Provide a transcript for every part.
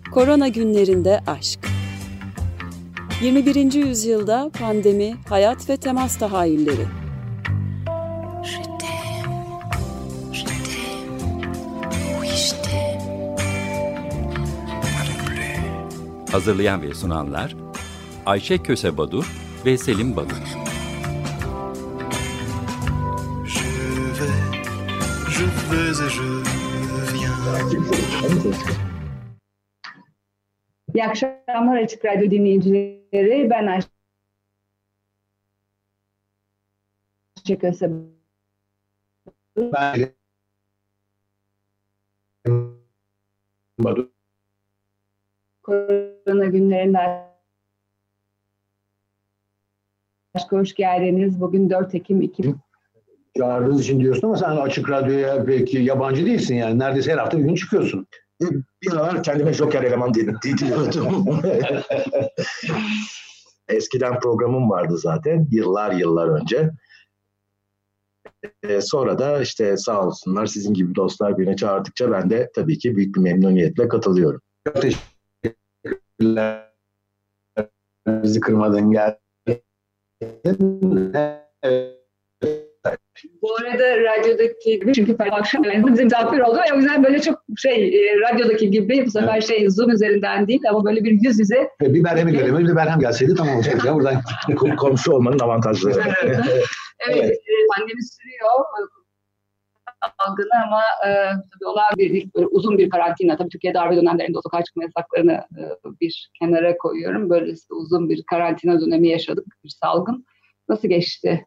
Korona günlerinde aşk. 21. yüzyılda pandemi, hayat ve temas tahayyülleri. Hazırlayan ve sunanlar Ayşe Kösebadur ve Selim Badur. İyi akşamlar Açık Radyo dinleyicileri. Ben Ayşe Kösebadur. Korona günlerinde aşka hoş geldiniz. Bugün 4 Ekim 2000. Çağırdığınız için diyorsun ama sen Açık Radyo'ya belki yabancı değilsin yani. Neredeyse her hafta bir gün çıkıyorsun. Bir aralar kendime Joker eleman diyordum. Eskiden programım vardı zaten yıllar önce. Sonra da işte sağ olsunlar sizin gibi dostlar beni çağırdıkça ben de tabii ki büyük bir memnuniyetle katılıyorum. Çok teşekkürler. Bizi kırmadın geldin. Bu arada radyodaki gibi çünkü akşam bizim misafir oldu ve o yüzden böyle çok radyodaki gibi bu sefer Zoom üzerinden değil ama böyle bir yüz yüze. Bir Berhem'i göremeyiz, bir Berhem gelseydi tamam olacak ya buradan. Komşu olmanın avantajları. Evet, pandemi sürüyor. Algını ama tabii olan uzun bir karantina. Tabii Türkiye darbe dönemlerinde o sokağa çıkma yasaklarını bir kenara koyuyorum. Böylesi uzun bir karantina dönemi yaşadık. Bir salgın. Nasıl geçti?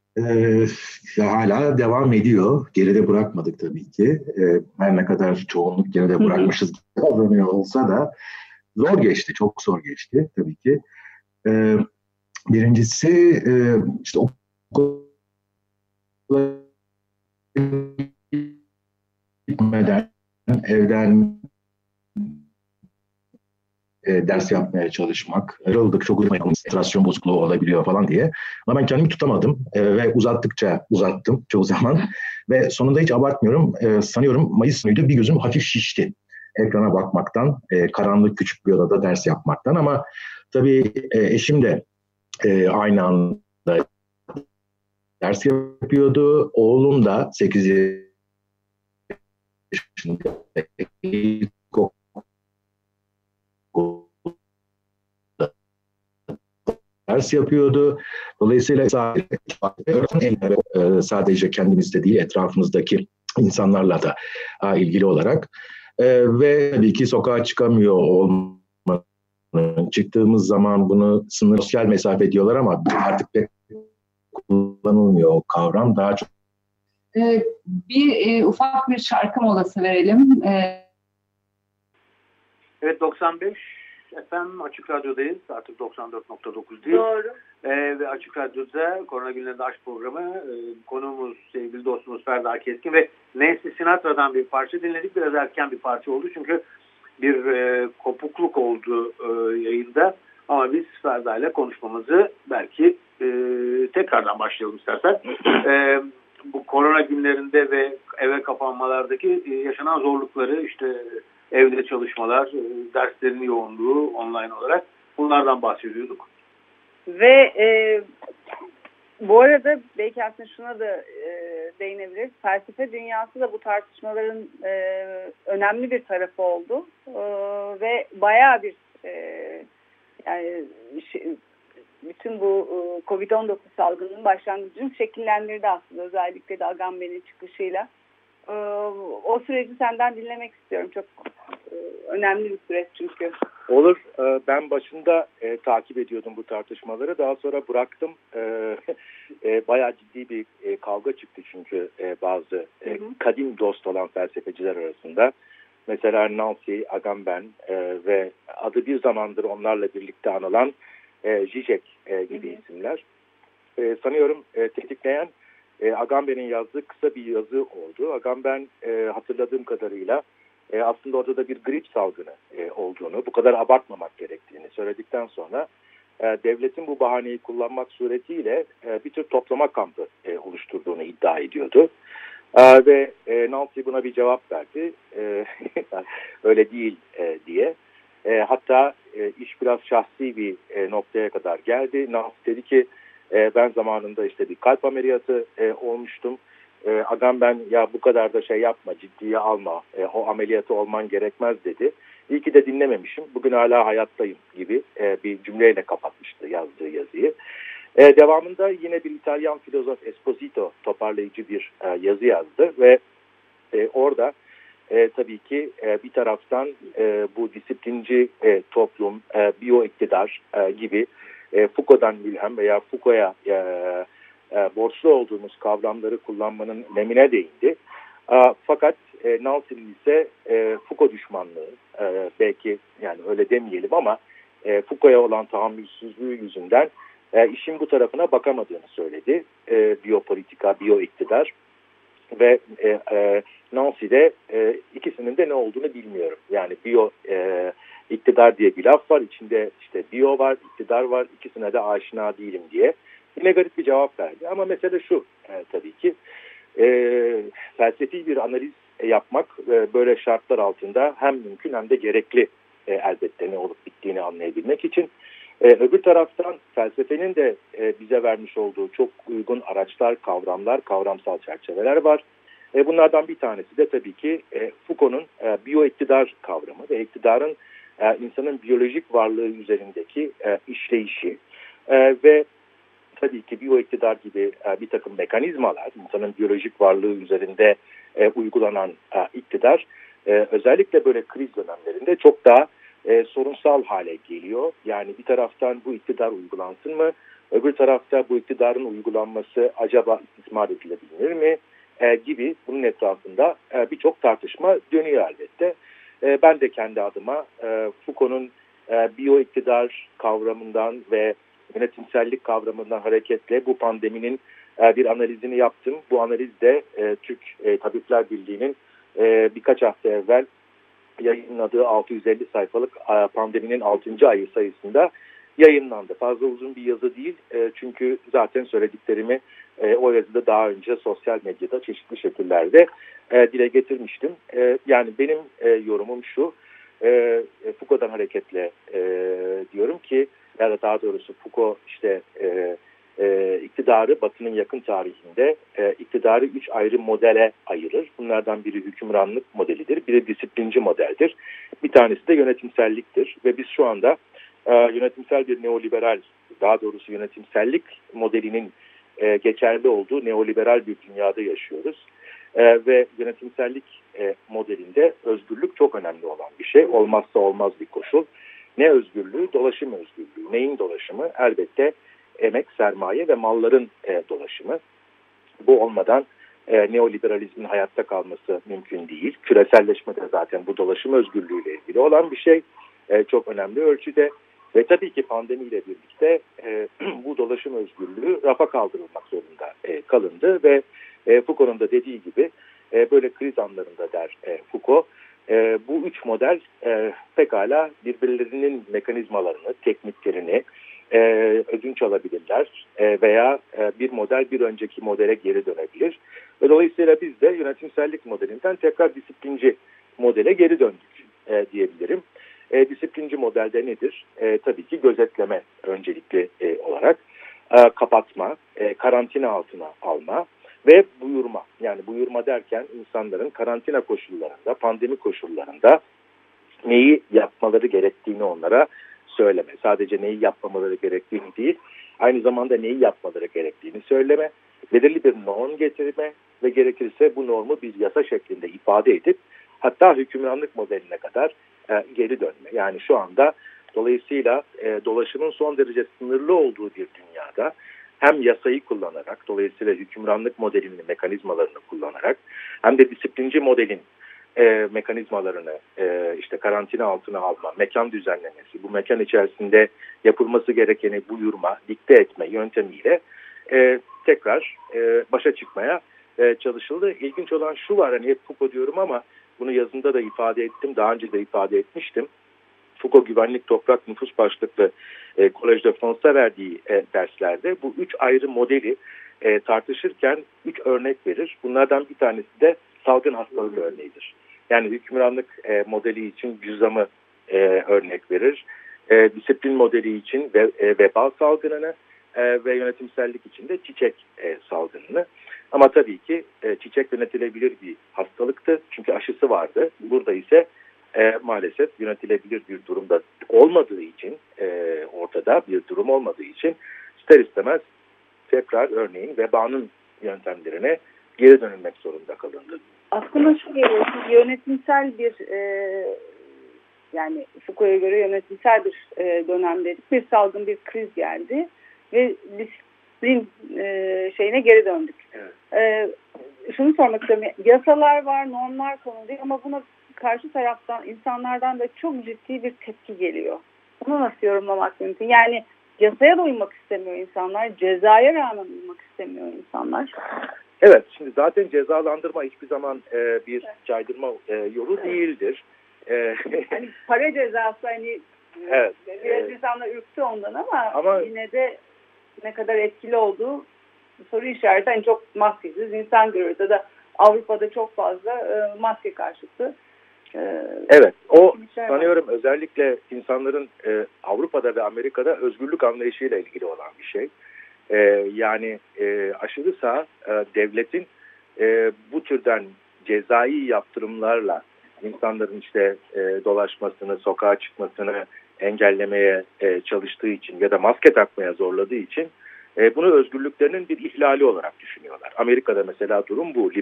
Hala devam ediyor. Geride bırakmadık tabii ki. Her ne kadar çoğunluk geride bırakmışız davranıyor olsa da zor geçti. Çok zor geçti tabii ki. Birincisi işte gitmeden evden ders yapmaya çalışmak. Ayrıldık, çok uyumayalım, konsantrasyon bozukluğu olabiliyor falan diye. Ama ben kendimi tutamadım ve uzattıkça uzattım çoğu zaman. Ve sonunda hiç abartmıyorum. Sanıyorum Mayıs sonuydu bir gözüm hafif şişti. Ekrana bakmaktan, karanlık küçük bir odada ders yapmaktan. Ama tabii eşim de aynı anda ders yapıyordu. Oğlum da 8 yaşında ders yapıyordu. Dolayısıyla sadece kendimizde değil etrafımızdaki insanlarla da ilgili olarak ve tabii ki sokağa çıkamıyor olmanın, çıktığımız zaman bunu sosyal mesafe diyorlar ama artık pek kullanılmıyor o kavram. Daha çok ufak bir şarkı molası verelim. Evet, 95 FM Açık Radyo'dayız. Artık 94.9 değil. Doğru. Ve Açık Radyo'da Korona Günlerinde Aşk programı. Konuğumuz sevgili dostumuz Ferda Keskin ve Nancy Sinatra'dan bir parça dinledik. Biraz erken bir parça oldu çünkü bir kopukluk oldu yayında. Ama biz Ferda ile konuşmamızı belki tekrardan başlayalım istersen. Bu korona günlerinde ve eve kapanmalardaki yaşanan zorlukları, işte evde çalışmalar, derslerin yoğunluğu online olarak bunlardan bahsediyorduk. Ve bu arada belki aslında şuna da değinebiliriz. Felsefe dünyası da bu tartışmaların önemli bir tarafı oldu. Ve bayağı bir yani bütün bu Covid-19 salgınının başlangıcını şekillendirdi aslında. Özellikle de Agamben'in çıkışıyla. O süreci senden dinlemek istiyorum. Çok önemli bir süreç çünkü. Olur. Ben başında takip ediyordum bu tartışmaları. Daha sonra bıraktım. Bayağı ciddi bir kavga çıktı çünkü bazı kadim dost olan felsefeciler arasında. Mesela Nancy, Agamben ve adı bir zamandır onlarla birlikte anılan Zizek gibi isimler. Sanıyorum tetikleyen Agamben'in yazdığı kısa bir yazı oldu. Agamben hatırladığım kadarıyla aslında orada da bir grip salgını olduğunu, bu kadar abartmamak gerektiğini söyledikten sonra devletin bu bahaneyi kullanmak suretiyle bir tür toplama kampı oluşturduğunu iddia ediyordu. Ve Nancy buna bir cevap verdi. Öyle değil diye. Hatta iş biraz şahsi bir noktaya kadar geldi. Nans dedi ki ben zamanında işte bir kalp ameliyatı olmuştum. Agam ben ya bu kadar da şey yapma, ciddiye alma, o ameliyatı olman gerekmez dedi. İyi ki de dinlememişim, bugün hala hayattayım gibi bir cümleyle kapatmıştı yazdığı yazıyı. Devamında yine bir İtalyan filozof Esposito toparlayıcı bir yazı yazdı ve orada tabii ki bir taraftan bu disiplinci toplum, biyoiktidar gibi Foucault'dan ilham veya Foucault'a borçlu olduğumuz kavramları kullanmanın önemine değindi. Fakat Nans'in ise Foucault düşmanlığı, belki yani öyle demeyelim ama Foucault'a olan tahammülsüzlüğü yüzünden işin bu tarafına bakamadığını söyledi. Biyopolitika, biyoiktidar ve Nancy de ikisinin de ne olduğunu bilmiyorum. Yani biyo iktidar diye bir laf var, içinde işte biyo var, iktidar var, ikisine de aşina değilim diye. Yine garip bir cevap verdi ama mesele şu tabii ki felsefi bir analiz yapmak böyle şartlar altında hem mümkün hem de gerekli elbette ne olup bittiğini anlayabilmek için. Öbür taraftan felsefenin de bize vermiş olduğu çok uygun araçlar, kavramlar, kavramsal çerçeveler var. Bunlardan bir tanesi de tabii ki Foucault'un biyoiktidar kavramı ve iktidarın insanın biyolojik varlığı üzerindeki işleyişi ve tabii ki biyoiktidar gibi bir takım mekanizmalar, insanın biyolojik varlığı üzerinde uygulanan iktidar özellikle böyle kriz dönemlerinde çok daha sorunsal hale geliyor. Yani bir taraftan bu iktidar uygulansın mı? Öbür tarafta bu iktidarın uygulanması acaba istismar edilebilir mi? Gibi bunun etrafında birçok tartışma dönüyor elbette. Ben de kendi adıma Foucault'un biyoiktidar kavramından ve yönetimsellik kavramından hareketle bu pandeminin bir analizini yaptım. Bu analiz de Türk Tabipler Birliği'nin birkaç hafta evvel yayınladığı 650 sayfalık pandeminin 6. ayı sayısında yayınlandı. Fazla uzun bir yazı değil çünkü zaten söylediklerimi o yazıda daha önce sosyal medyada çeşitli şekillerde dile getirmiştim. Yani benim yorumum şu, Foucault'dan hareketle diyorum ki, ya da daha doğrusu Foucault işte iktidarı Batı'nın yakın tarihinde iktidarı 3 ayrı modele ayırır. Bunlardan biri hükümranlık modelidir, biri disiplinci modeldir. Bir tanesi de yönetimselliktir ve biz şu anda yönetimsel bir neoliberal, daha doğrusu yönetimsellik modelinin geçerli olduğu neoliberal bir dünyada yaşıyoruz. Ve yönetimsellik modelinde özgürlük çok önemli olan bir şey. Olmazsa olmaz bir koşul. Ne özgürlüğü? Dolaşım özgürlüğü. Neyin dolaşımı? Elbette emek, sermaye ve malların dolaşımı. Bu olmadan neoliberalizmin hayatta kalması mümkün değil. Küreselleşme de zaten bu dolaşım özgürlüğüyle ilgili olan bir şey. Çok önemli ölçüde. Ve tabii ki pandemiyle birlikte bu dolaşım özgürlüğü rafa kaldırılmak zorunda kalındı ve Foucault'un da dediği gibi böyle kriz anlarında der Foucault, bu üç model pekala birbirlerinin mekanizmalarını, tekniklerini ödünç alabilirler veya bir model bir önceki modele geri dönebilir. Ve dolayısıyla biz de yönetimsellik modelinden tekrar disiplinci modele geri döndük diyebilirim. Disiplinci modelde nedir? Tabii ki gözetleme öncelikli olarak, kapatma, karantina altına alma ve buyurma. Yani buyurma derken insanların karantina koşullarında, pandemi koşullarında neyi yapmaları gerektiğini onlara söyleme. Sadece neyi yapmamaları gerektiğini değil, aynı zamanda neyi yapmaları gerektiğini söyleme, belirli bir norm getirme ve gerekirse bu normu bir yasa şeklinde ifade edip hatta hükümranlık modeline kadar geri dönme. Yani şu anda dolayısıyla dolaşımın son derece sınırlı olduğu bir dünyada hem yasayı kullanarak, dolayısıyla hükümranlık modelinin mekanizmalarını kullanarak hem de disiplinci modelin mekanizmalarını işte karantina altına alma, mekan düzenlemesi, bu mekan içerisinde yapılması gerekeni buyurma, dikte etme yöntemiyle tekrar başa çıkmaya çalışıldı. İlginç olan şu var, hani hep Foucault diyorum ama bunu yazımda da ifade ettim, daha önce de ifade etmiştim. Foucault güvenlik, toprak, nüfus başlıklı Collège de France'da verdiği derslerde bu üç ayrı modeli tartışırken 3 örnek verir. Bunlardan bir tanesi de salgın hastalık örneğidir. Yani hükümranlık modeli için cüzdanı örnek verir. Disiplin modeli için vebal salgınını ve yönetimsellik için de çiçek salgınını. Ama tabii ki çiçek yönetilebilir bir hastalıktı. Çünkü aşısı vardı. Burada ise maalesef yönetilebilir bir durumda olmadığı için, ortada bir durum olmadığı için ister istemez tekrar örneğin vebanın yöntemlerine geri dönülmek zorunda kalındı. Aslında şu geliyor, yönetimsel bir yani Foucault'a göre yönetimsel bir dönemdedik. Bir salgın, bir kriz geldi ve disiplin şeyine geri döndük. Evet. Şunu sormak istiyorum. Yasalar var, normlar konuluyor ama buna karşı taraftan, insanlardan da çok ciddi bir tepki geliyor. Bunu nasıl yorumlamak mümkün? Yani yasaya da uymak istemiyor insanlar, cezaya rağmen uymak istemiyor insanlar. Evet, şimdi zaten cezalandırma hiçbir zaman bir caydırma yolu değildir. Hani para cezası hani evet, biraz insanlar ürktü ondan ama yine de ne kadar etkili olduğu soru işareti. Hani çok maskesiz insan görüyoruz da Avrupa'da çok fazla maske karşıtı. Evet, o sanıyorum özellikle insanların Avrupa'da ve Amerika'da özgürlük anlayışıyla ilgili olan bir şey. Yani aşırı sağ devletin bu türden cezai yaptırımlarla insanların işte dolaşmasını, sokağa çıkmasını engellemeye çalıştığı için ya da maske takmaya zorladığı için bunu özgürlüklerinin bir ihlali olarak düşünüyorlar. Amerika'da mesela durum bu.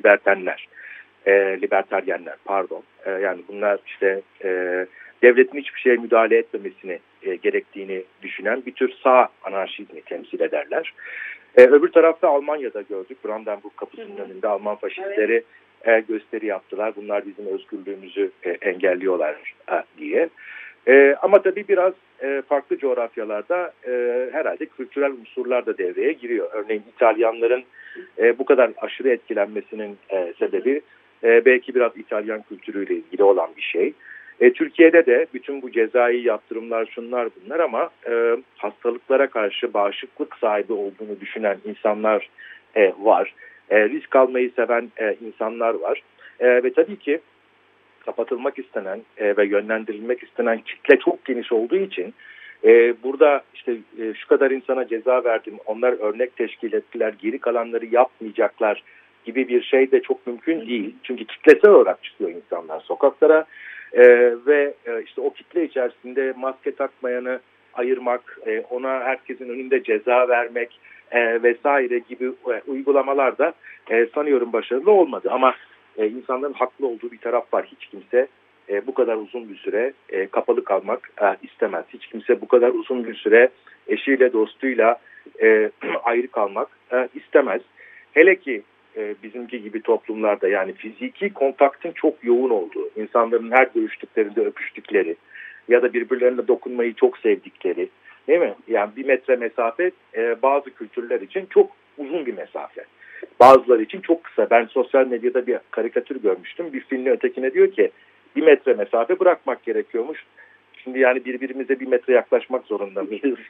Libertaryenler pardon. Yani bunlar işte devletin hiçbir şeye müdahale etmemesini gerektiğini düşünen bir tür sağ anarşizmi temsil ederler. Öbür tarafta Almanya'da gördük. Brandenburg kapısının önünde Alman faşistleri gösteri yaptılar. Bunlar bizim özgürlüğümüzü engelliyorlar diye. Ama tabii biraz farklı coğrafyalarda herhalde kültürel unsurlar da devreye giriyor. Örneğin İtalyanların bu kadar aşırı etkilenmesinin sebebi belki biraz İtalyan kültürüyle ilgili olan bir şey. Türkiye'de de bütün bu cezai yaptırımlar şunlar bunlar ama hastalıklara karşı bağışıklık sahibi olduğunu düşünen insanlar var. Risk almayı seven insanlar var. Ve tabii ki kapatılmak istenen ve yönlendirilmek istenen kitle çok geniş olduğu için burada işte şu kadar insana ceza verdim, onlar örnek teşkil ettiler, geri kalanları yapmayacaklar gibi bir şey de çok mümkün değil. Çünkü kitlesel olarak çıkıyor insanlar sokaklara ve işte o kitle içerisinde maske takmayanı ayırmak, ona herkesin önünde ceza vermek vesaire gibi uygulamalar da sanıyorum başarılı olmadı. Ama insanların haklı olduğu bir taraf var. Hiç kimse bu kadar uzun bir süre kapalı kalmak istemez. Hiç kimse bu kadar uzun bir süre eşiyle dostuyla ayrı kalmak istemez. Hele ki bizimki gibi toplumlarda yani fiziki kontaktın çok yoğun olduğu, insanların her görüştüklerinde öpüştükleri ya da birbirlerine dokunmayı çok sevdikleri, değil mi? Yani 1 metre mesafe bazı kültürler için çok uzun bir mesafe. Bazıları için çok kısa. Ben sosyal medyada bir karikatür görmüştüm. Bir filmle ötekine diyor ki 1 metre mesafe bırakmak gerekiyormuş. Şimdi yani birbirimize 1 metre yaklaşmak zorunda mıyız?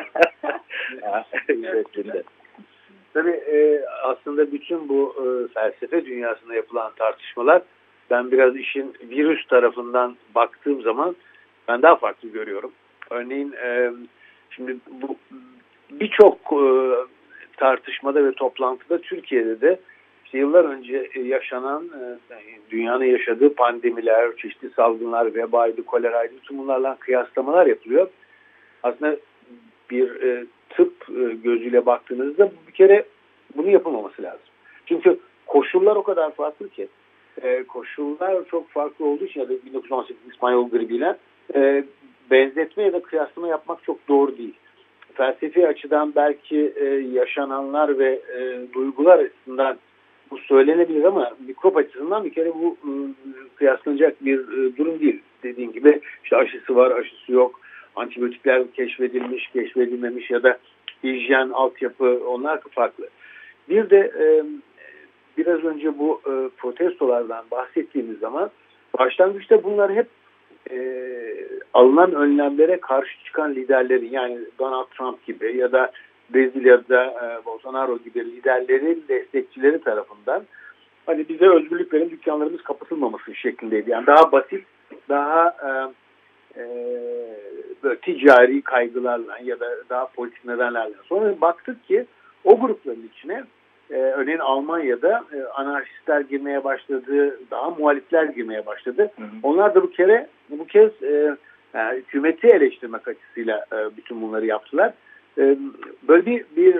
Tabii aslında bütün bu felsefe dünyasında yapılan tartışmalar ben biraz işin virüs tarafından baktığım zaman ben daha farklı görüyorum. Örneğin şimdi bu birçok tartışmada ve toplantıda Türkiye'de de işte yıllar önce yaşanan dünyanın yaşadığı pandemiler, çeşitli salgınlar, vebaydı, koleraydı, tüm bunlarla kıyaslamalar yapılıyor. Aslında bir tıp gözüyle baktığınızda bir kere bunu yapılmaması lazım. Çünkü koşullar o kadar farklı ki koşullar çok farklı olduğu için ya da 1918 İspanyol gribiyle benzetme ya da kıyaslama yapmak çok doğru değil. Felsefi açıdan belki yaşananlar ve duygular açısından bu söylenebilir ama mikrop açısından bir kere bu kıyaslanacak bir durum değil. Dediğim gibi işte aşısı var, aşısı yok. Antibiyotikler keşfedilmiş, keşfedilmemiş ya da hijyen, altyapı onlar farklı. Bir de biraz önce bu protestolardan bahsettiğimiz zaman başlangıçta bunlar hep alınan önlemlere karşı çıkan liderlerin yani Donald Trump gibi ya da Brezilya'da Bolsonaro gibi liderlerin destekçileri tarafından hani bize özgürlük verin, dükkanlarımız kapatılmaması şeklindeydi. Yani daha basit, daha böyle ticari kaygılarla ya da daha politik nedenlerle. Sonra baktık ki o grupların içine örneğin Almanya'da anarşistler girmeye başladı, daha muhalifler girmeye başladı. Onlar da bu kez hükümeti eleştirmek açısıyla bütün bunları yaptılar. Böyle bir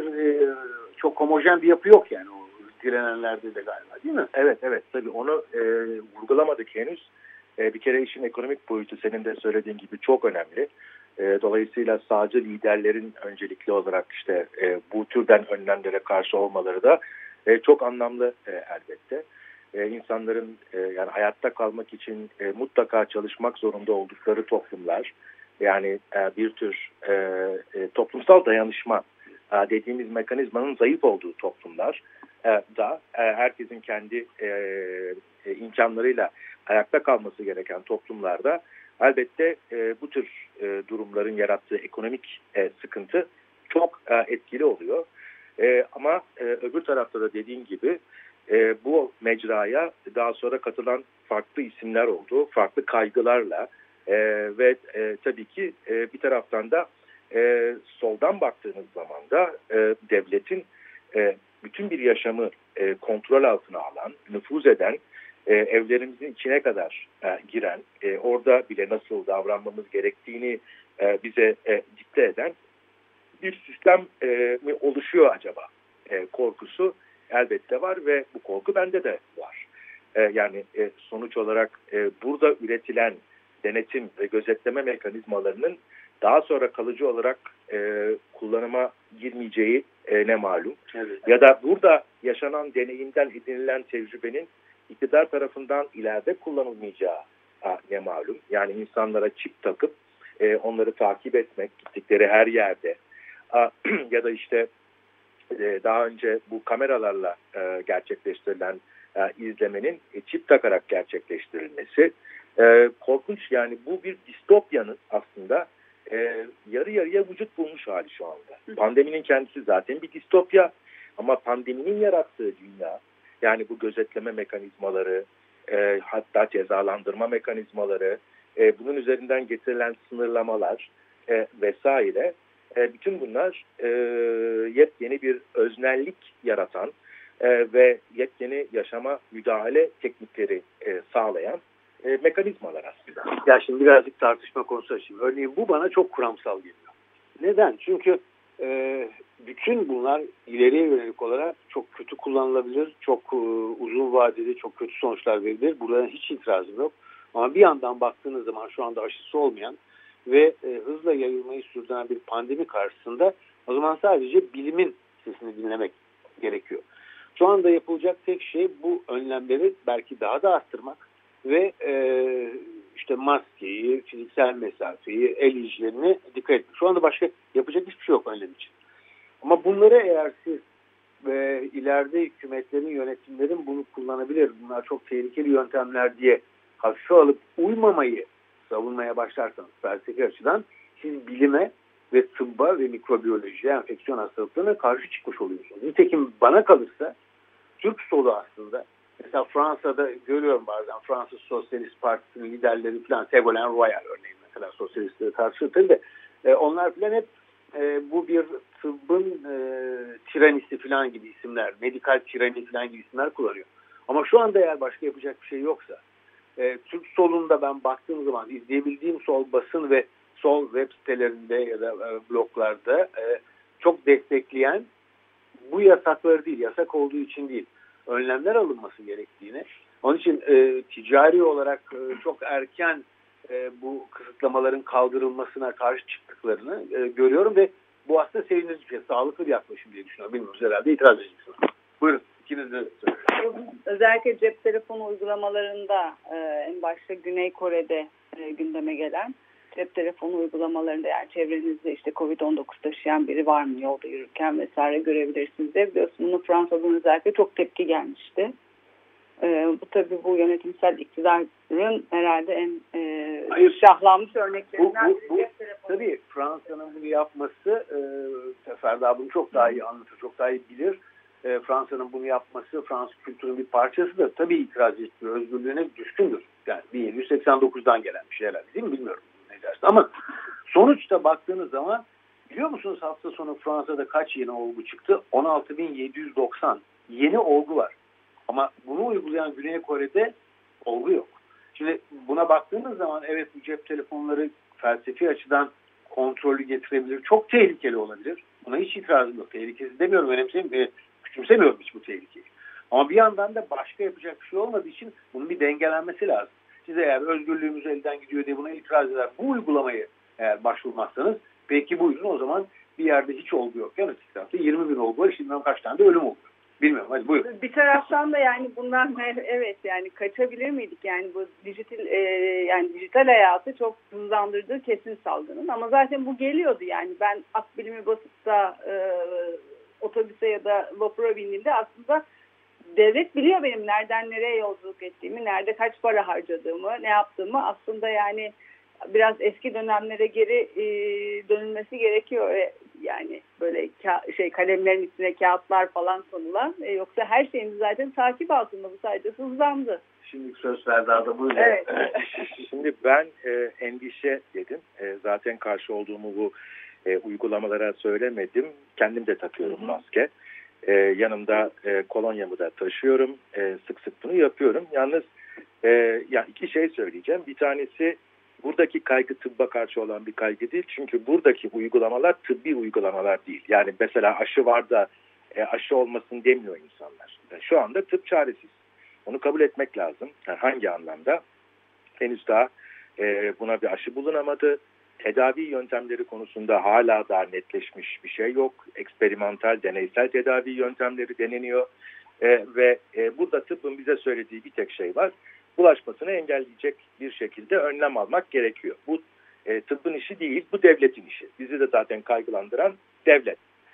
çok homojen bir yapı yok yani o direnenlerde de galiba, değil mi? Evet tabii onu vurgulamadık henüz. Bir kere işin ekonomik boyutu senin de söylediğin gibi çok önemli. Dolayısıyla sağcı liderlerin öncelikli olarak işte bu türden önlemlere karşı olmaları da çok anlamlı elbette. İnsanların yani hayatta kalmak için mutlaka çalışmak zorunda oldukları toplumlar, yani bir tür toplumsal dayanışma dediğimiz mekanizmanın zayıf olduğu toplumlar da herkesin kendi imkanlarıyla ayakta kalması gereken toplumlarda elbette bu tür durumların yarattığı ekonomik sıkıntı çok etkili oluyor. Ama öbür tarafta da dediğin gibi bu mecraya daha sonra katılan farklı isimler oldu, farklı kaygılarla ve tabii ki bir taraftan da soldan baktığınız zaman da devletin bütün bir yaşamı kontrol altına alan, nüfuz eden, evlerimizin içine kadar giren, orada bile nasıl davranmamız gerektiğini bize dikte eden bir sistem mi oluşuyor acaba korkusu elbette var ve bu korku bende de var. Yani sonuç olarak burada üretilen denetim ve gözetleme mekanizmalarının daha sonra kalıcı olarak kullanıma girmeyeceği ne malum. Evet. Ya da burada yaşanan deneyimden edinilen tecrübenin iktidar tarafından ileride kullanılmayacağı ne malum. Yani insanlara çip takıp onları takip etmek gittikleri her yerde ya da işte daha önce bu kameralarla gerçekleştirilen izlemenin çip takarak gerçekleştirilmesi korkunç. Yani bu bir distopyanın aslında yarı yarıya vücut bulmuş hali şu anda. Pandeminin kendisi zaten bir distopya ama pandeminin yarattığı dünya, yani bu gözetleme mekanizmaları, hatta cezalandırma mekanizmaları, bunun üzerinden getirilen sınırlamalar vesaire, bütün bunlar yepyeni bir öznellik yaratan ve yepyeni yaşama müdahale teknikleri sağlayan mekanizmalar aslında. Ya şimdi birazcık tartışma konusu açayım. Örneğin bu bana çok kuramsal geliyor. Neden? Çünkü bütün bunlar ileriye yönelik olarak çok kötü kullanılabilir, çok uzun vadeli, çok kötü sonuçlar verilir. Burada hiç itirazım yok. Ama bir yandan baktığınız zaman şu anda aşısı olmayan ve hızla yayılmayı sürdüren bir pandemi karşısında o zaman sadece bilimin sesini dinlemek gerekiyor. Şu anda yapılacak tek şey bu önlemleri belki daha da arttırmak ve işte maskeyi, fiziksel mesafeyi, el hijyenine dikkat etmek. Şu anda başka yapacak hiçbir şey yok önlem için. Ama bunları eğer siz ve ileride hükümetlerin, yönetimlerin bunu kullanabilir, bunlar çok tehlikeli yöntemler diye hafife alıp uymamayı savunmaya başlarsanız felsefi açıdan siz bilime ve tıbba ve mikrobiyolojiye, enfeksiyon hastalıklarına karşı çıkmış oluyorsunuz. Nitekim bana kalırsa Türk solu aslında, mesela Fransa'da görüyorum bazen Fransız Sosyalist Partisi'nin liderleri falan, Ségolène Royal örneğin mesela sosyalistleri tartışır da onlar falan hep bu bir tıbbın tiranisi falan gibi isimler, medikal tirani falan gibi isimler kullanıyor. Ama şu anda eğer başka yapacak bir şey yoksa, Türk solunda ben baktığım zaman izleyebildiğim sol basın ve sol web sitelerinde ya da bloglarda çok destekleyen bu yasakları değil, yasak olduğu için değil, önlemler alınması gerektiğini, onun için ticari olarak çok erken bu kısıtlamaların kaldırılmasına karşı çıktıklarını görüyorum ve bu aslında sevindirici bir şey, sağlıklı bir yaklaşım diye düşünüyorum. Bilmiyorum, herhalde itiraz edeceksiniz. Buyurun, ikiniz de söyleyin. Özellikle cep telefonu uygulamalarında en başta Güney Kore'de gündeme gelen cep telefonu uygulamalarında, yani çevrenizde işte Covid-19 taşıyan biri var mı yolda yürürken vesaire görebilirsiniz de, biliyorsunuz bunu Fransa'dan özellikle çok tepki gelmişti. Bu tabii bu yönetimsel iktidarın herhalde en şahlanmış örneklerinden biri. Tabii Fransa'nın bunu yapması, Ferda bunu çok daha iyi anlatır, çok daha iyi bilir. Fransa'nın bunu yapması Fransız kültürünün bir parçasıdır. Tabii itiraz edilir, özgürlüğüne düşkündür. Yani 1789'dan gelen bir şey herhalde, değil mi? Bilmiyorum. zannedersin. Ama sonuçta baktığınız zaman biliyor musunuz hafta sonu Fransa'da kaç yeni olgu çıktı? 16.790 yeni olgu var. Ama bunu uygulayan Güney Kore'de olgu yok. Şimdi buna baktığınız zaman evet bu cep telefonları felsefi açıdan kontrolü getirebilir. Çok tehlikeli olabilir. Buna hiç itirazım yok. Tehlikesi demiyorum, küçümsemiyorum hiç bu tehlikeyi. Ama bir yandan da başka yapacak bir şey olmadığı için bunun bir dengelenmesi lazım. Siz eğer özgürlüğümüz elden gidiyor diye buna itiraz eder, bu uygulamayı eğer başvurmazsanız peki buyurun o zaman bir yerde hiç olgu yok. Yani tarafta 20 bin olgu var. Şimdiden kaç tane de ölüm oldu. Bilmiyorum. Hadi buyurun. Bir taraftan da yani bundan evet yani kaçabilir miydik? Yani bu dijital hayatı çok hızlandırdığı kesin salgının. Ama zaten bu geliyordu yani. Ben akbilimi basıp da otobüse ya da vapura bindiğimde aslında devlet biliyor benim nereden nereye yolculuk ettiğimi, nerede kaç para harcadığımı, ne yaptığımı. Aslında yani biraz eski dönemlere geri dönülmesi gerekiyor. Yani böyle kalemlerin içine kağıtlar falan konulan. Yoksa her şeyimiz zaten takip altında. Bu sadece hızlandı. Şimdi söz Ferdar'da buyurun. Evet. Şimdi ben endişe dedim. Zaten karşı olduğumu bu uygulamalara söylemedim. Kendim de takıyorum maske. Yanımda kolonyamı da taşıyorum. Sık sık bunu yapıyorum. Yalnız yani iki şey söyleyeceğim. Bir tanesi buradaki kaygı tıbba karşı olan bir kaygı değil. Çünkü buradaki uygulamalar tıbbi uygulamalar değil. Yani mesela aşı var da aşı olmasın demiyor insanlar. Şu anda tıp çaresiz. Onu kabul etmek lazım. Yani hangi anlamda? Henüz daha buna bir aşı bulunamadı. Tedavi yöntemleri konusunda hala daha netleşmiş bir şey yok. Eksperimental, deneysel tedavi yöntemleri deneniyor. Ve burada tıbbın bize söylediği bir tek şey var. Bulaşmasını engelleyecek bir şekilde önlem almak gerekiyor. Bu tıbbın işi değil, bu devletin işi. Bizi de zaten kaygılandıran devlet.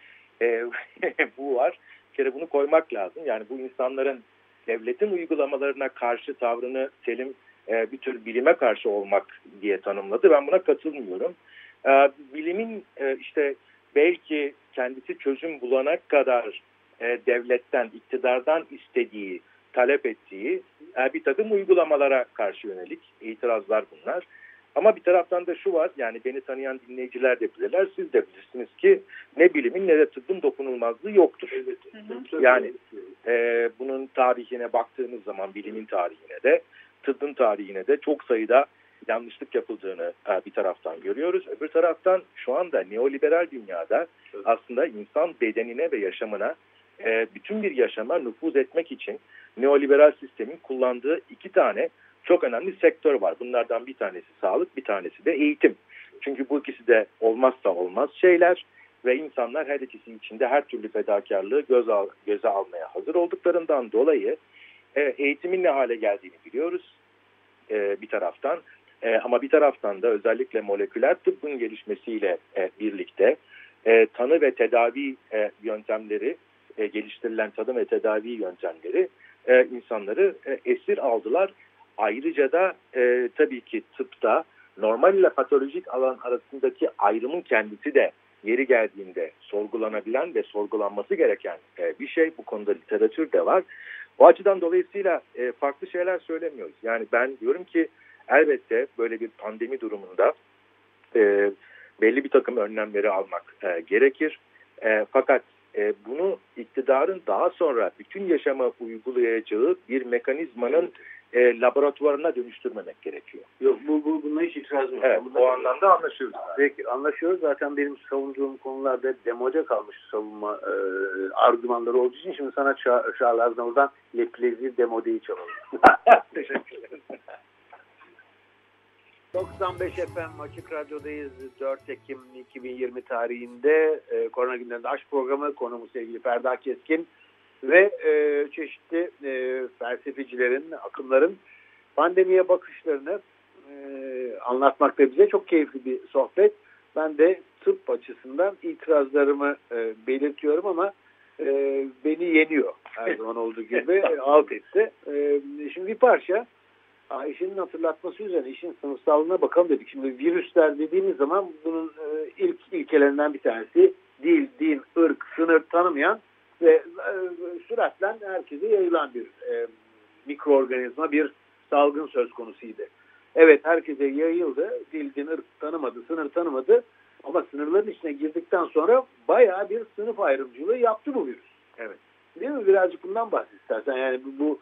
Bu var. Bir kere bunu koymak lazım. Yani bu insanların devletin uygulamalarına karşı tavrını Selim bir tür bilime karşı olmak diye tanımladı. Ben buna katılmıyorum. Bilimin işte belki kendisi çözüm bulana kadar devletten, iktidardan istediği, talep ettiği bir takım uygulamalara karşı yönelik itirazlar bunlar. Ama bir taraftan da şu var, yani beni tanıyan dinleyiciler de bilirler, siz de bilirsiniz ki ne bilimin ne de tıbbın dokunulmazlığı yoktur. Yani bunun tarihine baktığınız zaman bilimin tarihine de, tıbbın tarihine de çok sayıda yanlışlık yapıldığını bir taraftan görüyoruz. Öbür taraftan şu anda neoliberal dünyada aslında insan bedenine ve yaşamına bütün bir yaşama nüfuz etmek için neoliberal sistemin kullandığı iki tane çok önemli sektör var. Bunlardan bir tanesi sağlık, bir tanesi de eğitim. Çünkü bu ikisi de olmazsa olmaz şeyler ve insanlar her ikisi içinde her türlü fedakarlığı göze almaya hazır olduklarından dolayı eğitimin ne hale geldiğini biliyoruz bir taraftan. Ama bir taraftan da özellikle moleküler tıbbın gelişmesiyle birlikte tanı ve tedavi yöntemleri, geliştirilen tanı ve tedavi yöntemleri insanları esir aldılar. Ayrıca da tabii ki tıpta normal ile patolojik alan arasındaki ayrımın kendisi de yeri geldiğinde sorgulanabilen ve sorgulanması gereken bir şey. Bu konuda literatür de var. O açıdan dolayısıyla farklı şeyler söylemiyoruz. Yani ben diyorum ki elbette böyle bir pandemi durumunda belli bir takım önlemleri almak gerekir. Fakat bunu iktidarın daha sonra bütün yaşama uygulayacağı bir mekanizmanın laboratuvarına dönüştürmemek gerekiyor. Yok buna hiç itirazım yok. Evet, o anlamda anlaşıyoruz. Peki anlaşıyoruz. Zaten benim savunduğum konularda demode kalmış savunma argümanları olduğu için şimdi sana Charles Aznavour'dan Le Plaisir Demode'yi çalalım. Teşekkür ederim. 95 FM Açık Radyo'dayız. 4 Ekim 2020 tarihinde Korona Günlerinde Aşk programı, konuğumuz sevgili Ferda Keskin ve çeşitli felsefecilerin, akımların pandemiye bakışlarını anlatmakta bize çok keyifli bir sohbet. Ben de tıp açısından itirazlarımı belirtiyorum ama beni yeniyor her zaman olduğu gibi alt etti. Şimdi bir parça Ayşe'nin hatırlatması üzerine işin sınıfsallığına bakalım dedik. Şimdi virüsler dediğimiz zaman bunun ilk ilkelerinden bir tanesi dil, din, ırk, sınır tanımayan ve süratle herkese yayılan bir mikroorganizma, bir salgın söz konusuydu. Evet, herkese yayıldı. Dil, ırk tanımadı, sınır tanımadı. Ama sınırların içine girdikten sonra bayağı bir sınıf ayrımcılığı yaptı bu virüs. Evet. Değil mi? Birazcık bundan bahset istersen. Yani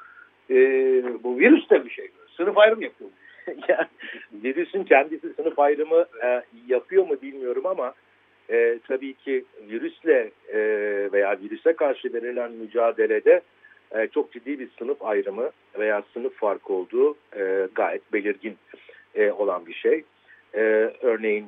bu virüs de bir şey. Sınıf ayrım yapıyor. Yani, virüsün kendisi sınıf ayrımı yapıyor mu bilmiyorum ama tabii ki virüsle veya virüse karşı verilen mücadelede çok ciddi bir sınıf ayrımı veya sınıf farkı olduğu gayet belirgin olan bir şey. Örneğin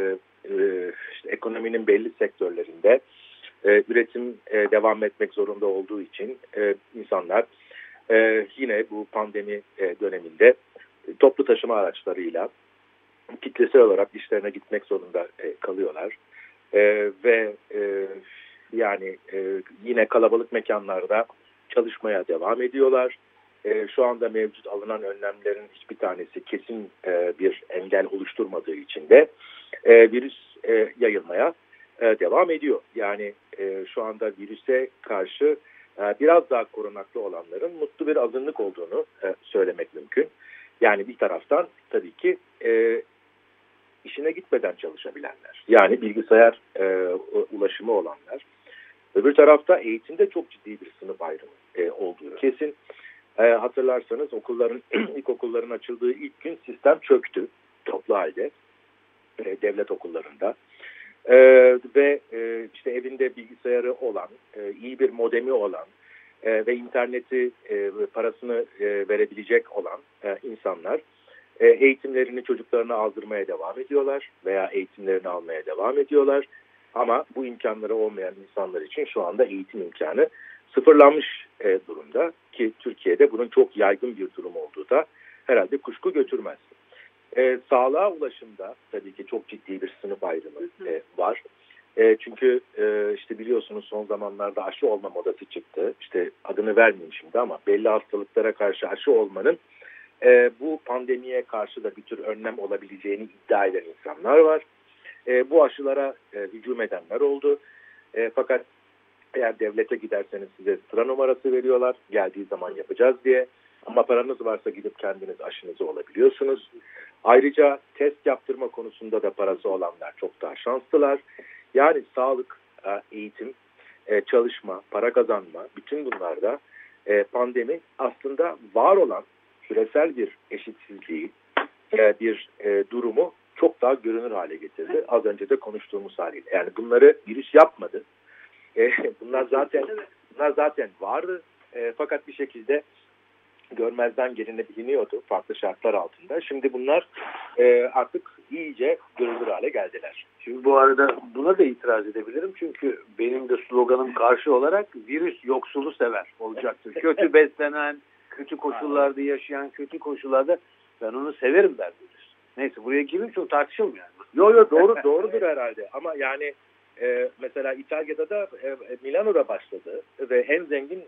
işte ekonominin belli sektörlerinde üretim devam etmek zorunda olduğu için insanlar yine bu pandemi döneminde toplu taşıma araçlarıyla kitlesel olarak işlerine gitmek zorunda kalıyorlar. Ve yani yine kalabalık mekanlarda çalışmaya devam ediyorlar. Şu anda mevcut alınan önlemlerin hiçbir tanesi kesin bir engel oluşturmadığı için de virüs yayılmaya devam ediyor. Yani şu anda virüse karşı biraz daha korunaklı olanların mutlu bir azınlık olduğunu söylemek mümkün. Yani bir taraftan tabii ki işine gitmeden çalışabilenler, yani bilgisayar ulaşımı olanlar. Öbür tarafta eğitimde çok ciddi bir sınıf ayrımı olduğu kesin. Hatırlarsanız ilkokulların açıldığı ilk gün sistem çöktü toplu halde devlet okullarında. Ve işte evinde bilgisayarı olan, iyi bir modemi olan ve interneti parasını verebilecek olan insanlar eğitimlerini çocuklarına aldırmaya devam ediyorlar veya eğitimlerini almaya devam ediyorlar. Ama bu imkanları olmayan insanlar için şu anda eğitim imkanı sıfırlanmış durumda ki Türkiye'de bunun çok yaygın bir durum olduğu da herhalde kuşku götürmez. Sağlığa ulaşımda tabii ki çok ciddi bir sınıf ayrımı var. Çünkü işte biliyorsunuz son zamanlarda aşı olma modası çıktı. İşte adını vermeyeyim şimdi ama belli hastalıklara karşı aşı olmanın bu pandemiye karşı da bir tür önlem olabileceğini iddia eden insanlar var. Bu aşılara hücum edenler oldu. Fakat eğer devlete giderseniz size sıra numarası veriyorlar. Geldiği zaman yapacağız diye. Ama paranız varsa gidip kendiniz aşınızı olabiliyorsunuz. Ayrıca test yaptırma konusunda da parası olanlar çok daha şanslılar. Yani sağlık, eğitim, çalışma, para kazanma, bütün bunlarda pandemi aslında var olan küresel bir eşitsizliği, bir durumu çok daha görünür hale getirdi. Az önce de konuştuğumuz haliyle. Yani bunları virüs yapmadı. Bunlar zaten vardı. Fakat bir şekilde görmezden gelinebiliyordu farklı şartlar altında. Şimdi bunlar artık iyice görünür hale geldiler. Şimdi bu arada buna da itiraz edebilirim. Çünkü benim de sloganım karşı olarak virüs yoksulu sever olacaktır. Kötü beslenen, kötü koşullarda yaşayan, kötü koşullarda ben onu severim der virüs. Neyse buraya gireyim çok tartışılmıyor. Yo doğrudur herhalde ama yani mesela İtalya'da da Milano'da başladı ve en zengin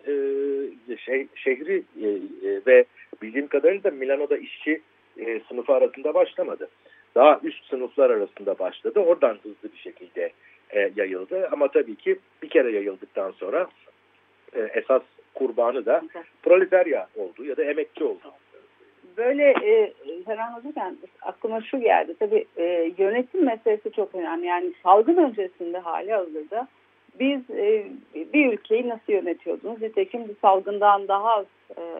şehri ve bildiğim kadarıyla da Milano'da işçi sınıfı arasında başlamadı. Daha üst sınıflar arasında başladı. Oradan hızlı bir şekilde yayıldı. Ama tabii ki bir kere yayıldıktan sonra esas kurbanı da proletarya oldu ya da emekçi oldu. Böyle sen anlatırken aklıma şu geldi. Tabii yönetim meselesi çok önemli. Yani salgın öncesinde hali hazırda biz bir ülkeyi nasıl yönetiyordunuz? Nitekim bu salgından daha az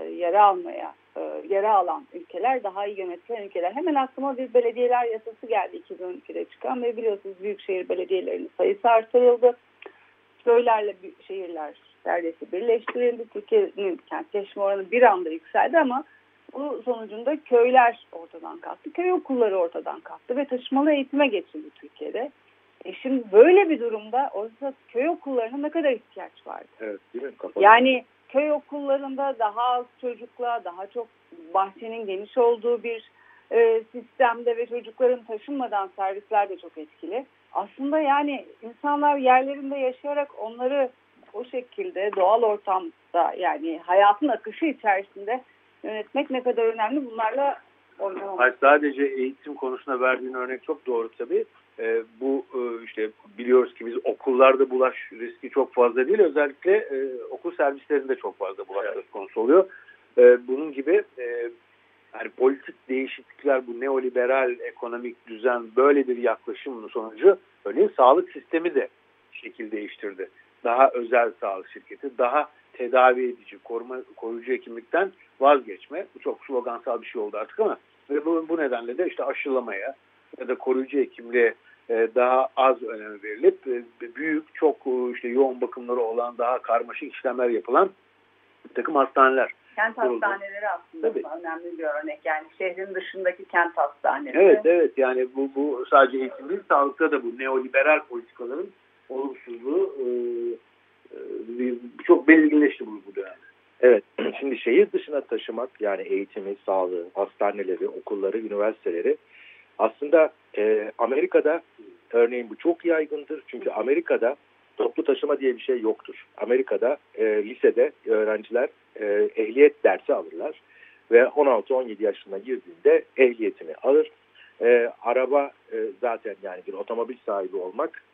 yara alan ülkeler, daha iyi yönetilen ülkeler. Hemen aklıma bir belediyeler yasası geldi 2012'de çıkan ve biliyorsunuz büyükşehir belediyelerinin sayısı artırıldı. Köylerle şehirler neredeyse birleştirildi. Türkiye'nin kentleşme oranı bir anda yükseldi ama bu sonucunda köyler ortadan kalktı. Köy okulları ortadan kalktı ve taşımalı eğitime geçildi Türkiye'de. Şimdi böyle bir durumda oysa köy okullarına ne kadar ihtiyaç vardı? Evet, değil mi? Yani köy okullarında daha az çocukla, daha çok bahçenin geniş olduğu bir sistemde ve çocukların taşınmadan servisler de çok etkili. Aslında yani insanlar yerlerinde yaşayarak onları o şekilde doğal ortamda yani hayatın akışı içerisinde yönetmek ne kadar önemli bunlarla oynamamak. Hayır, sadece eğitim konusuna verdiğin örnek çok doğru tabii. Bu işte biliyoruz ki biz okullarda bulaş riski çok fazla değil. Özellikle okul servislerinde çok fazla bulaş söz konusu oluyor. Bunun gibi Yani politik değişiklikler, bu neoliberal ekonomik düzen böyle bir yaklaşımın sonucu örneğin sağlık sistemi de şekil değiştirdi. Daha özel sağlık şirketi, daha tedavi edici, koruyucu hekimlikten vazgeçme. Bu çok slogansal bir şey oldu artık ama ve bu nedenle de işte aşılamaya ya da koruyucu hekimliğe daha az önem verilip büyük, çok işte yoğun bakımları olan, daha karmaşık işlemler yapılan bir takım hastaneler. Kent hastaneleri aslında tabii önemli bir örnek. Yani şehrin dışındaki kent hastaneleri. Evet yani bu sadece eğitim değil, sağlıkta da bu neoliberal politikaların olumsuzluğu çok belirginleşti bu dönemde. Evet, şimdi şehir dışına taşımak, yani eğitimi, sağlığı, hastaneleri, okulları, üniversiteleri aslında Amerika'da örneğin bu çok yaygındır. Çünkü Amerika'da toplu taşıma diye bir şey yoktur. Amerika'da lisede öğrenciler ehliyet dersi alırlar ve 16-17 yaşına girdiğinde ehliyetini alır. Araba zaten, yani bir otomobil sahibi olmak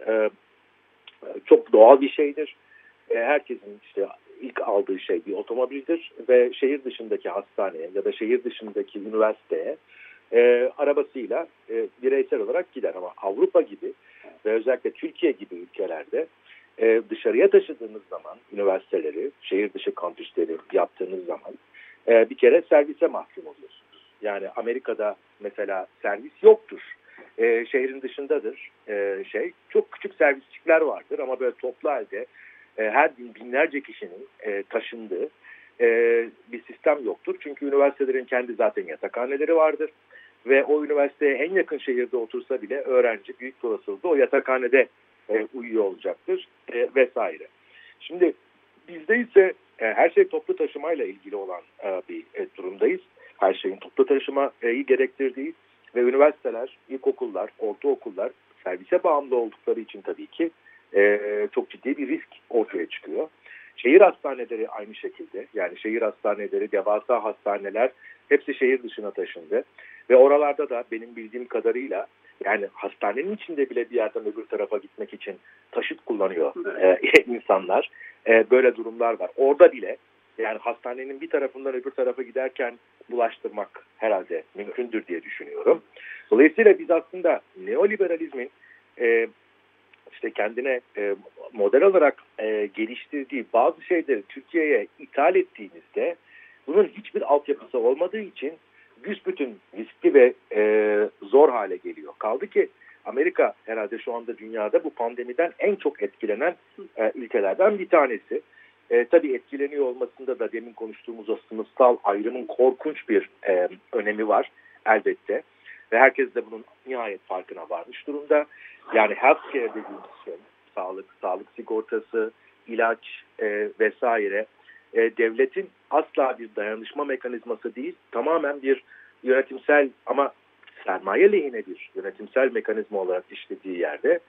çok doğal bir şeydir. Herkesin işte ilk aldığı şey bir otomobildir ve şehir dışındaki hastaneye ya da şehir dışındaki üniversiteye arabasıyla bireysel olarak gider. Ama Avrupa gibi ve özellikle Türkiye gibi ülkelerde dışarıya taşıdığınız zaman üniversiteleri, şehir dışı kampüsleri yaptığınız zaman bir kere servise mahkum oluyorsunuz. Yani Amerika'da mesela servis yoktur. Şehrin dışındadır. Çok küçük servisçikler vardır ama böyle toplu halde her gün binlerce kişinin taşındığı bir sistem yoktur. Çünkü üniversitelerin kendi zaten yatakhaneleri vardır. Ve o üniversiteye en yakın şehirde otursa bile öğrenci büyük bir olasılıkla o yatakhanede uyuyor olacaktır vesaire. Şimdi bizde ise her şey toplu taşımayla ilgili olan bir durumdayız. Her şeyin toplu taşımayı gerektirdiği ve üniversiteler, ilkokullar, ortaokullar servise bağımlı oldukları için tabii ki çok ciddi bir risk ortaya çıkıyor. Şehir hastaneleri aynı şekilde, yani şehir hastaneleri, devasa hastaneler hepsi şehir dışına taşındı. Ve oralarda da benim bildiğim kadarıyla yani hastanenin içinde bile bir yerden öbür tarafa gitmek için taşıt kullanıyor insanlar. Böyle durumlar var. Orada bile yani hastanenin bir tarafından öbür tarafa giderken bulaştırmak herhalde mümkündür diye düşünüyorum. Dolayısıyla biz aslında neoliberalizmin işte kendine model olarak geliştirdiği bazı şeyleri Türkiye'ye ithal ettiğimizde bunun hiçbir altyapısı olmadığı için büsbütün riskli ve zor hale geliyor. Kaldı ki Amerika herhalde şu anda dünyada bu pandemiden en çok etkilenen ülkelerden bir tanesi. Tabii etkileniyor olmasında da demin konuştuğumuz o sınıfsal ayrımın korkunç bir önemi var elbette. Ve herkes de bunun nihayet farkına varmış durumda. Yani healthcare dediğimiz şey, sağlık sigortası, ilaç vesaire devletin asla bir dayanışma mekanizması değil, tamamen bir yönetimsel ama sermaye lehine bir yönetimsel mekanizma olarak işlediği yerde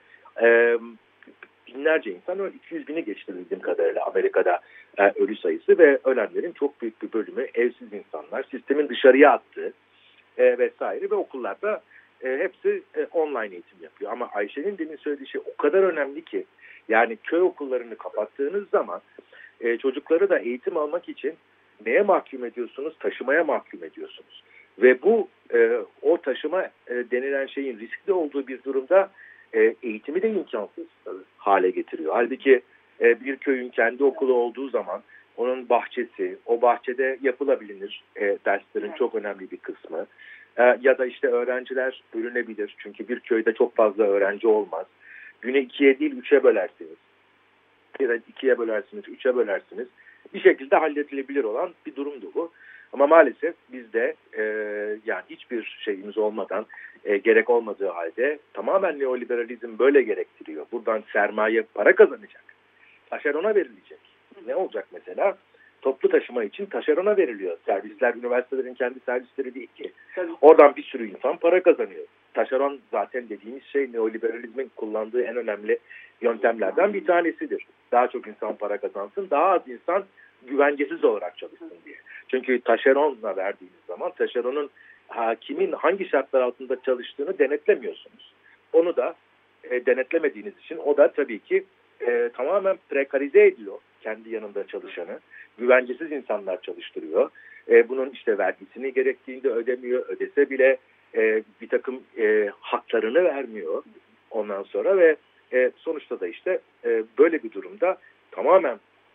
binlerce insan, 200 bini geçti bildiğim kadarıyla Amerika'da ölü sayısı ve ölenlerin çok büyük bir bölümü evsiz insanlar, sistemin dışarıya attığı vesaire ve okullarda hepsi online eğitim yapıyor. Ama Ayşe'nin demin söylediği şey o kadar önemli ki, yani köy okullarını kapattığınız zaman çocukları da eğitim almak için neye mahkum ediyorsunuz? Taşımaya mahkum ediyorsunuz. Ve bu o taşıma denilen şeyin riskli olduğu bir durumda eğitimi de imkansız hale getiriyor. Halbuki bir köyün kendi okulu olduğu zaman onun bahçesi, o bahçede yapılabilir derslerin çok önemli bir kısmı. Ya da işte öğrenciler bölünebilir. Çünkü bir köyde çok fazla öğrenci olmaz. Günü 2'ye değil 3'e bölersiniz. Ya da 2'ye bölersiniz, 3'e bölersiniz. Bir şekilde halledilebilir olan bir durumdu bu. Ama maalesef bizde yani hiçbir şeyimiz olmadan, gerek olmadığı halde tamamen neoliberalizm böyle gerektiriyor. Buradan sermaye para kazanacak. Taşerona verilecek. Ne olacak mesela? Toplu taşıma için taşerona veriliyor. Servisler, üniversitelerin kendi servisleri değil ki. Oradan bir sürü insan para kazanıyor. Taşeron zaten dediğimiz şey neoliberalizmin kullandığı en önemli yöntemlerden bir tanesidir. Daha çok insan para kazansın, daha az insan güvencesiz olarak çalışsın diye. Çünkü taşeronla verdiğiniz zaman taşeronun kimin hangi şartlar altında çalıştığını denetlemiyorsunuz. Onu da denetlemediğiniz için o da tabii ki tamamen prekarize ediyor kendi yanında çalışanı. Güvencesiz insanlar çalıştırıyor. bunun işte vergisini gerektiğinde ödemiyor, ödese bile bir takım haklarını vermiyor ondan sonra ve sonuçta da işte böyle bir durumda tamamen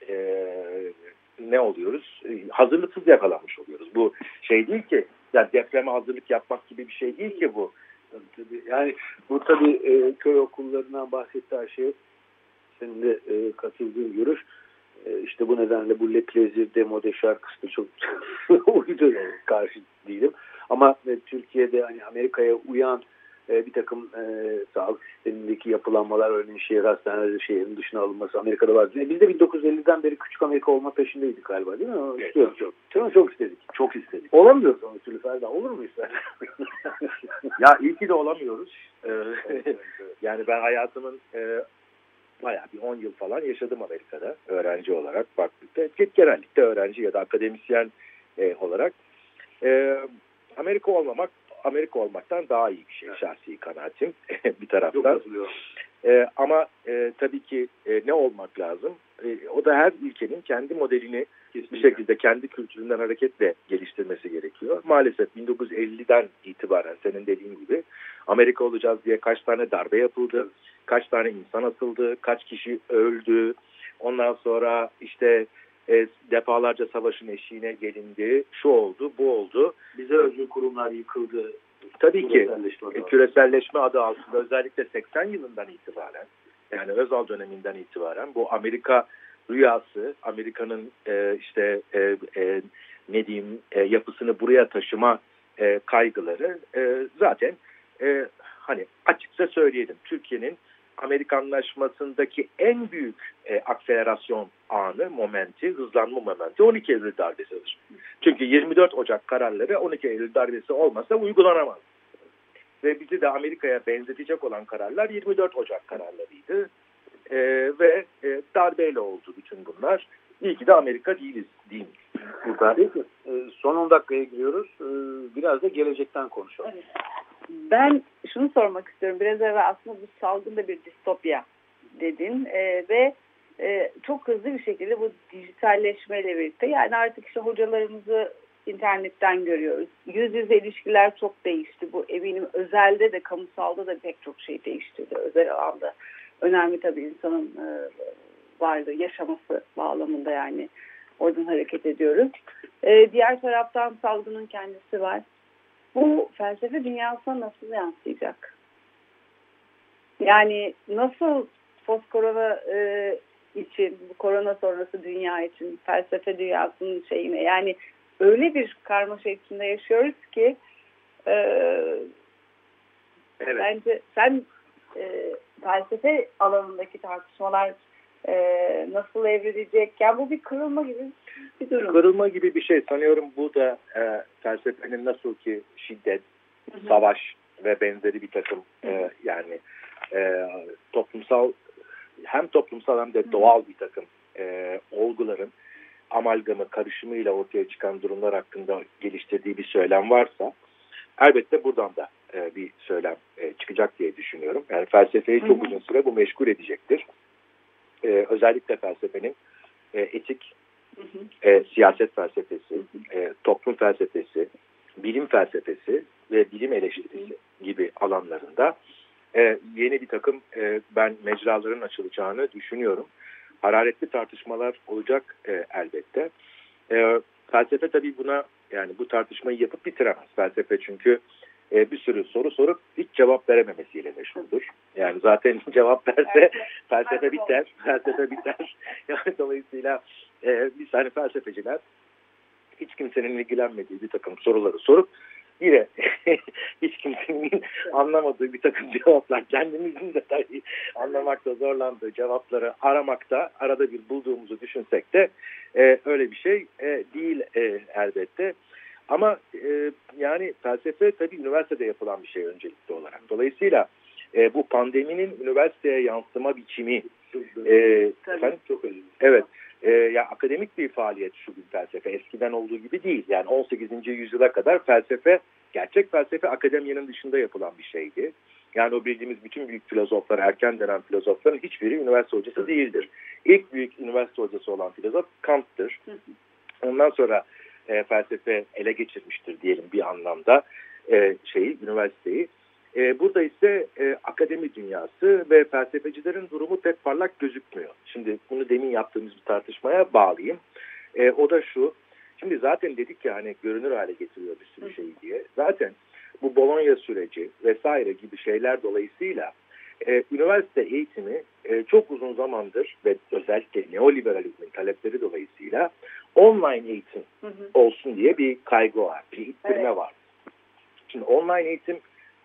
ne oluyoruz? Hazırlıksız yakalanmış oluyoruz. Bu şey değil ki, yani depreme hazırlık yapmak gibi bir şey değil ki bu. Yani bu tabii köy okullarından bahsetti Ayşe. Senin de katıldığın görüş. İşte bu nedenle bu Le Plaisir Demode şarkısı da çok uydu, karşı değilim. Ama Türkiye'de hani Amerika'ya uyan bir takım sağlık sistemindeki yapılanmalar, örneğin şehir hastaneleri şehrin dışına alınması Amerika'da vardı. Biz de 1950'den beri küçük Amerika olma peşindeydik galiba, değil mi? Evet, Çok istedik. Çok istedik. Olamıyoruz onun türlü Ferda. Olur muyuz sen? Ya iyi ki de olamıyoruz. Yani ben hayatımın bayağı bir 10 yıl falan yaşadım Amerika'da öğrenci olarak baktıkta. Genellikle öğrenci ya da akademisyen olarak. Amerika olmaktan daha iyi bir şey, şahsi kanaatim bir taraftan. Ama tabii ki ne olmak lazım? O da her ülkenin kendi modelini bir şekilde kendi kültüründen hareketle geliştirmesi gerekiyor. Maalesef 1950'den itibaren senin dediğin gibi Amerika olacağız diye kaç tane darbe yapıldı, kaç tane insan atıldı, kaç kişi öldü. Ondan sonra işte defalarca savaşın eşiğine gelindi, şu oldu, bu oldu. Bize özgür kurumlar yıkıldı. Tabii ki küreselleşme adı altında özellikle 80 yılından itibaren, yani Özal döneminden itibaren bu Amerika rüyası, Amerika'nın yapısını buraya taşıma kaygıları zaten hani açıkça söyleyelim, Türkiye'nin Amerikanlaşmasındaki en büyük akselerasyon anı, hızlanma momenti 12 Eylül darbesidir. Çünkü 24 Ocak kararları 12 Eylül darbesi olmasa uygulanamaz. Ve bizi de Amerika'ya benzetecek olan kararlar 24 Ocak kararlarıydı. Ve darbeyle oldu bütün bunlar. İyi ki de Amerika değiliz, değil mi? Peki, son 10 dakikaya giriyoruz. Biraz da gelecekten konuşalım. Evet. Ben şunu sormak istiyorum. Biraz evvel aslında bu salgın da bir distopya dedin ve çok hızlı bir şekilde bu dijitalleşmeyle birlikte, yani artık işte hocalarımızı internetten görüyoruz. Yüz yüze ilişkiler çok değişti. Bu eminim özelde de kamusalda da pek çok şey değiştirdi. Özel alanda önemli tabii insanın varlığı, yaşaması bağlamında, yani oradan hareket ediyoruz. Diğer taraftan salgının kendisi var. Bu felsefe dünyasına nasıl yansıyacak? Yani nasıl post-korona için, bu korona sonrası dünya için, felsefe dünyasının şeyine, yani öyle bir karmaşa içinde yaşıyoruz ki evet. Bence sen felsefe alanındaki tartışmalar nasıl evrilecek? Yani bu bir kırılma gibi bir durum. Kırılma gibi bir şey. Sanıyorum bu da felsefenin nasıl ki şiddet, savaş ve benzeri bir takım yani toplumsal hem de doğal bir takım olguların amalgamı, karışımıyla ortaya çıkan durumlar hakkında geliştirdiği bir söylem varsa elbette buradan da bir söylem çıkacak diye düşünüyorum. Yani felsefeyi çok uzun süre bu meşgul edecektir. Özellikle felsefenin etik, siyaset felsefesi, toplum felsefesi, bilim felsefesi ve bilim eleştirisi gibi alanlarında yeni bir takım ben mecraların açılacağını düşünüyorum. Hararetli tartışmalar olacak elbette. Felsefe tabii buna, yani bu tartışmayı yapıp bitiremez. Felsefe çünkü bir sürü soru sorup hiç cevap verememesiyle meşhurdur. Yani zaten cevap verse felsefe biter. Felsefe biter. Yani dolayısıyla biz hani felsefeciler hiç kimsenin ilgilenmediği bir takım soruları sorup yine hiç kimsenin anlamadığı bir takım cevaplar, kendimizin de dahi anlamakta zorlandığı cevapları aramakta, arada bir bulduğumuzu düşünsek de öyle bir şey değil elbette. Ama yani felsefe tabii üniversitede yapılan bir şey öncelikli olarak. Dolayısıyla bu pandeminin üniversiteye yansıma biçimi çok önemli. Evet. Ya akademik bir faaliyet şu gün felsefe. Eskiden olduğu gibi değil. Yani 18. yüzyıla kadar gerçek felsefe akademiyanın dışında yapılan bir şeydi. Yani o bildiğimiz bütün büyük filozoflar, erken dönem filozofların hiçbiri üniversite hocası değildir. İlk büyük üniversite hocası olan filozof Kant'tır. Ondan sonra felsefe ele geçirmiştir diyelim bir anlamda üniversiteyi. Burada ise akademi dünyası ve felsefecilerin durumu pek parlak gözükmüyor. Şimdi bunu demin yaptığımız bir tartışmaya bağlayayım. O da şu. Şimdi zaten dedik ya hani görünür hale getiriyor bir sürü şey diye. Zaten bu Bologna süreci vesaire gibi şeyler dolayısıyla üniversite eğitimi çok uzun zamandır ve özellikle neoliberalizmin talepleri dolayısıyla online eğitim olsun diye bir kaygı var, bir ittirme var. Şimdi online eğitim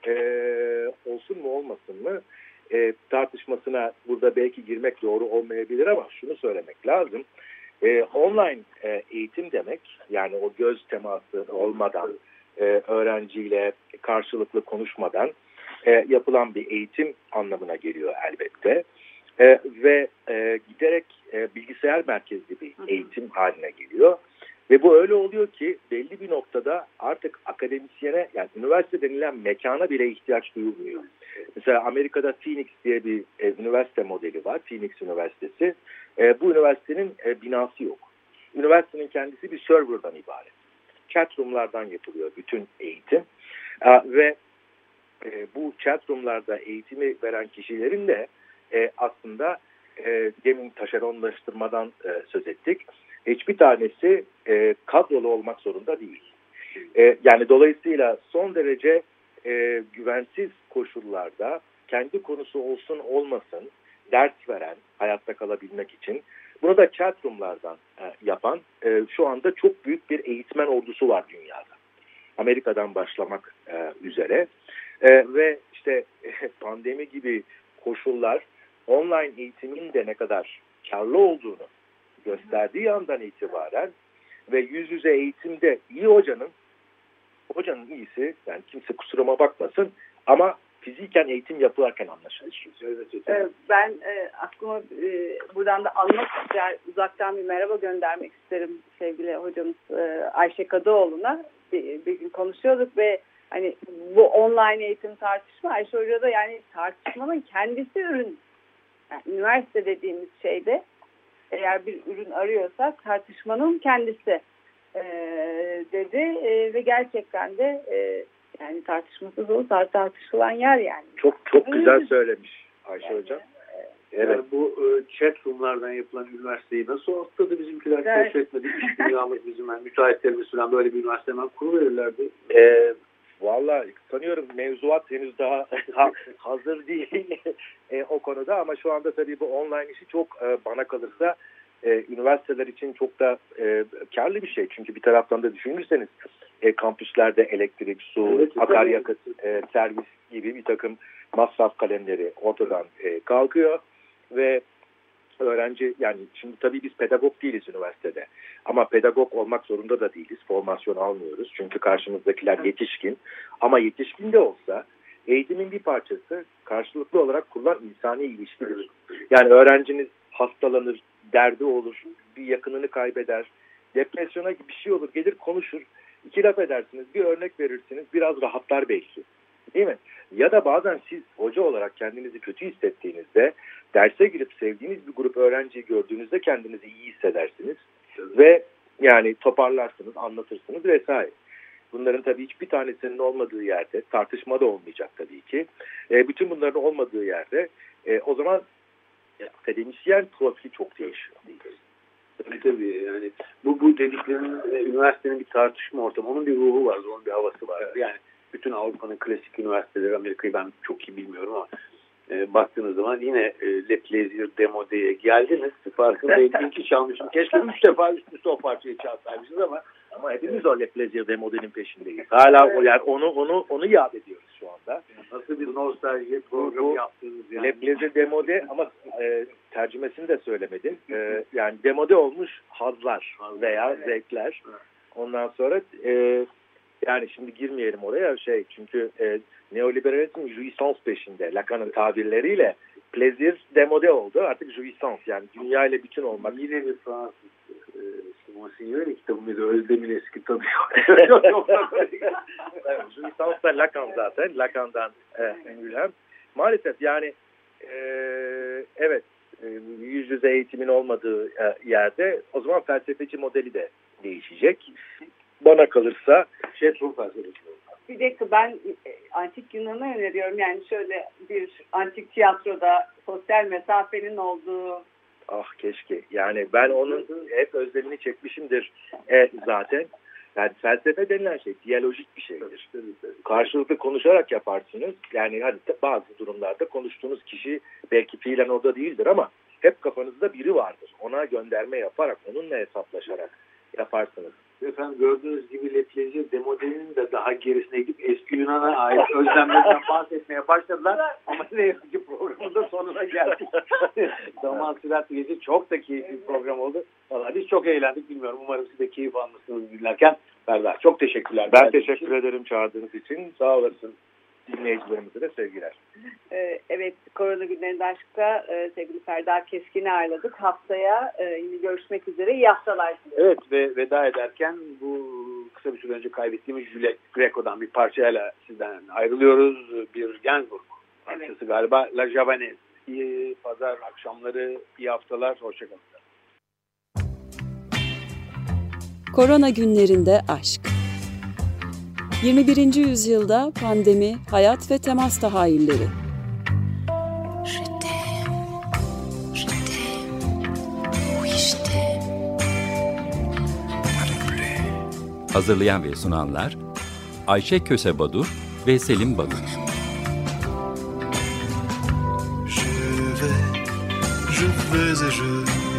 olsun mu olmasın mı tartışmasına burada belki girmek doğru olmayabilir ama şunu söylemek lazım. Online eğitim demek yani o göz teması olmadan öğrenciyle karşılıklı konuşmadan yapılan bir eğitim anlamına geliyor elbette. Ve giderek bilgisayar merkezli bir eğitim haline geliyor. Ve bu öyle oluyor ki belli bir noktada artık akademisyene yani üniversite denilen mekana bile ihtiyaç duyulmuyor. Mesela Amerika'da Phoenix diye bir üniversite modeli var. Phoenix Üniversitesi. Bu üniversitenin binası yok. Üniversitenin kendisi bir serverdan ibaret. Chat room'lardan yapılıyor bütün eğitim. Ve bu chat room'larda eğitimi veren kişilerin de aslında demin taşeronlaştırmadan söz ettik. Hiçbir tanesi kadrolu olmak zorunda değil. Yani dolayısıyla son derece güvensiz koşullarda kendi konusu olsun olmasın ders veren hayatta kalabilmek için bunu da chat room'lardan yapan şu anda çok büyük bir eğitmen ordusu var dünyada. Amerika'dan başlamak üzere ve işte pandemi gibi koşullar online eğitimin de ne kadar karlı olduğunu gösterdiği andan itibaren ve yüz yüze eğitimde iyi hocanın iyisi yani kimse kusuruma bakmasın ama fiziken eğitim yapılarken anlaşılır. Ben aklıma buradan da anmak ister, uzaktan bir merhaba göndermek isterim sevgili hocamız Ayşe Kadıoğlu'na. Bir gün konuşuyorduk ve hani bu online eğitim tartışma Ayşe Hoca da yani tartışmanın kendisi ürün. Yani üniversite dediğimiz şeyde eğer bir ürün arıyorsak tartışmanın kendisi dedi ve gerçekten de yani tartışmasız olsa tartışılan yer yani. Çok güzel söylemiş Ayşe yani, Hocam. Evet. Yani bu chat room'lardan yapılan üniversiteyi nasıl atladı bizimkiler keşfetmedi. İş dünyamız bizim yani müteahhitlerimiz falan böyle bir üniversite hemen kuruverirlerdi. Vallahi sanıyorum mevzuat henüz daha hazır değil o konuda ama şu anda tabii bu online işi çok bana kalırsa üniversiteler için çok da karlı bir şey. Çünkü bir taraftan da düşünürseniz kampüslerde elektrik, su, akaryakıt servis gibi bir takım masraf kalemleri ortadan kalkıyor ve öğrenci yani şimdi tabii biz pedagog değiliz üniversitede ama pedagog olmak zorunda da değiliz. Formasyon almıyoruz çünkü karşımızdakiler yetişkin ama yetişkin de olsa eğitimin bir parçası karşılıklı olarak kurulan insani ilişkidir. Yani öğrenciniz hastalanır, derdi olur, bir yakınını kaybeder, depresyona bir şey olur, gelir konuşur, 2 laf edersiniz, bir örnek verirsiniz, biraz rahatlar belki. Değil mi? Ya da bazen siz hoca olarak kendinizi kötü hissettiğinizde derse girip sevdiğiniz bir grup öğrenciyi gördüğünüzde kendinizi iyi hissedersiniz ve yani toparlarsınız, anlatırsınız vesaire. Bunların tabii hiçbir tanesinin olmadığı yerde, tartışma da olmayacak tabii ki. Bütün bunların olmadığı yerde o zaman akademisyen profili çok değişiyor. Tabii yani bu dediklerinin üniversitenin bir tartışma ortamı, onun bir ruhu var, onun bir havası var. Evet. Yani bütün Avrupa'nın klasik üniversiteleri, Amerika'yı ben çok iyi bilmiyorum ama baktığınız zaman yine Le Plaisir Démode'ye geldiniz. Farkındayım ki çalmışım. Keşke 3 defa üst üste o parçayı çalsaymışız ama hepimiz o Le Plaisir Démode'nin peşindeyiz. Hala evet. Yani onu yad ediyoruz şu anda. Nasıl bir nostalji programı yaptınız yani. Le Plaisir Démodé ama tercümesini de söylemedim. Yani demode olmuş hazlar veya zevkler. Ondan sonra yani şimdi girmeyelim oraya çünkü neoliberalizm jouissance peşinde. Lacan'ın tabirleriyle plaisir demode oldu. Artık jouissance yani dünya ile bütün olmak. Yine bir Fransız Monsignor kitabımızda Özlem'in eski tadı. Evet, jouissance da Lacan zaten. Lacan'dan ünlem. Maalesef yani evet yüz yüze eğitimin olmadığı yerde o zaman felsefeci modeli de değişecek. Bana kalırsa Türk felsefesi. Bir dakika, ben antik Yunan'ı öneriyorum. Yani şöyle bir antik tiyatroda sosyal mesafenin olduğu. Ah keşke. Yani ben onun hep özlemini çekmişimdir zaten. Yani felsefe denilen şey diyalojik bir şeydir. Karşılıklı konuşarak yaparsınız. Yani hani bazı durumlarda konuştuğunuz kişi belki fiilen orada değildir ama hep kafanızda biri vardır. Ona gönderme yaparak, onunla hesaplaşarak yaparsınız. Efendim gördüğünüz gibi Lepleji demodelinin de daha gerisine gidip eski Yunan'a ait özlemlerden bahsetmeye başladılar. Ama ne yazık ki programın da sonuna geldik. Zaman süratli geçti. Çok da keyifli bir program oldu. Vallahi biz çok eğlendik. Bilmiyorum. Umarım siz de keyif almışsınız dinlerken. Serdar çok teşekkürler. Ben teşekkür ederim çağırdığınız için. Sağ olasın. Dinleyicilerimize de sevgiler. Evet, Korona Günlerinde Aşk'ta sevgili Serdar Keskin'i ağırladık. Haftaya yine görüşmek üzere. İyi haftalar. Evet ve veda ederken bu kısa bir süre önce kaybettiğimiz Juliet Greco'dan bir parçayla sizden ayrılıyoruz. Bir Gainsbourg parçası evet. Galiba La Javanaise. İyi pazar akşamları, iyi haftalar. Hoşçakalın. Korona Günlerinde Aşk. 21. yüzyılda pandemi, hayat ve temas tahayyülleri. Hazırlayan ve sunanlar Ayşe Köse Badur ve Selim Badur. Je vais et je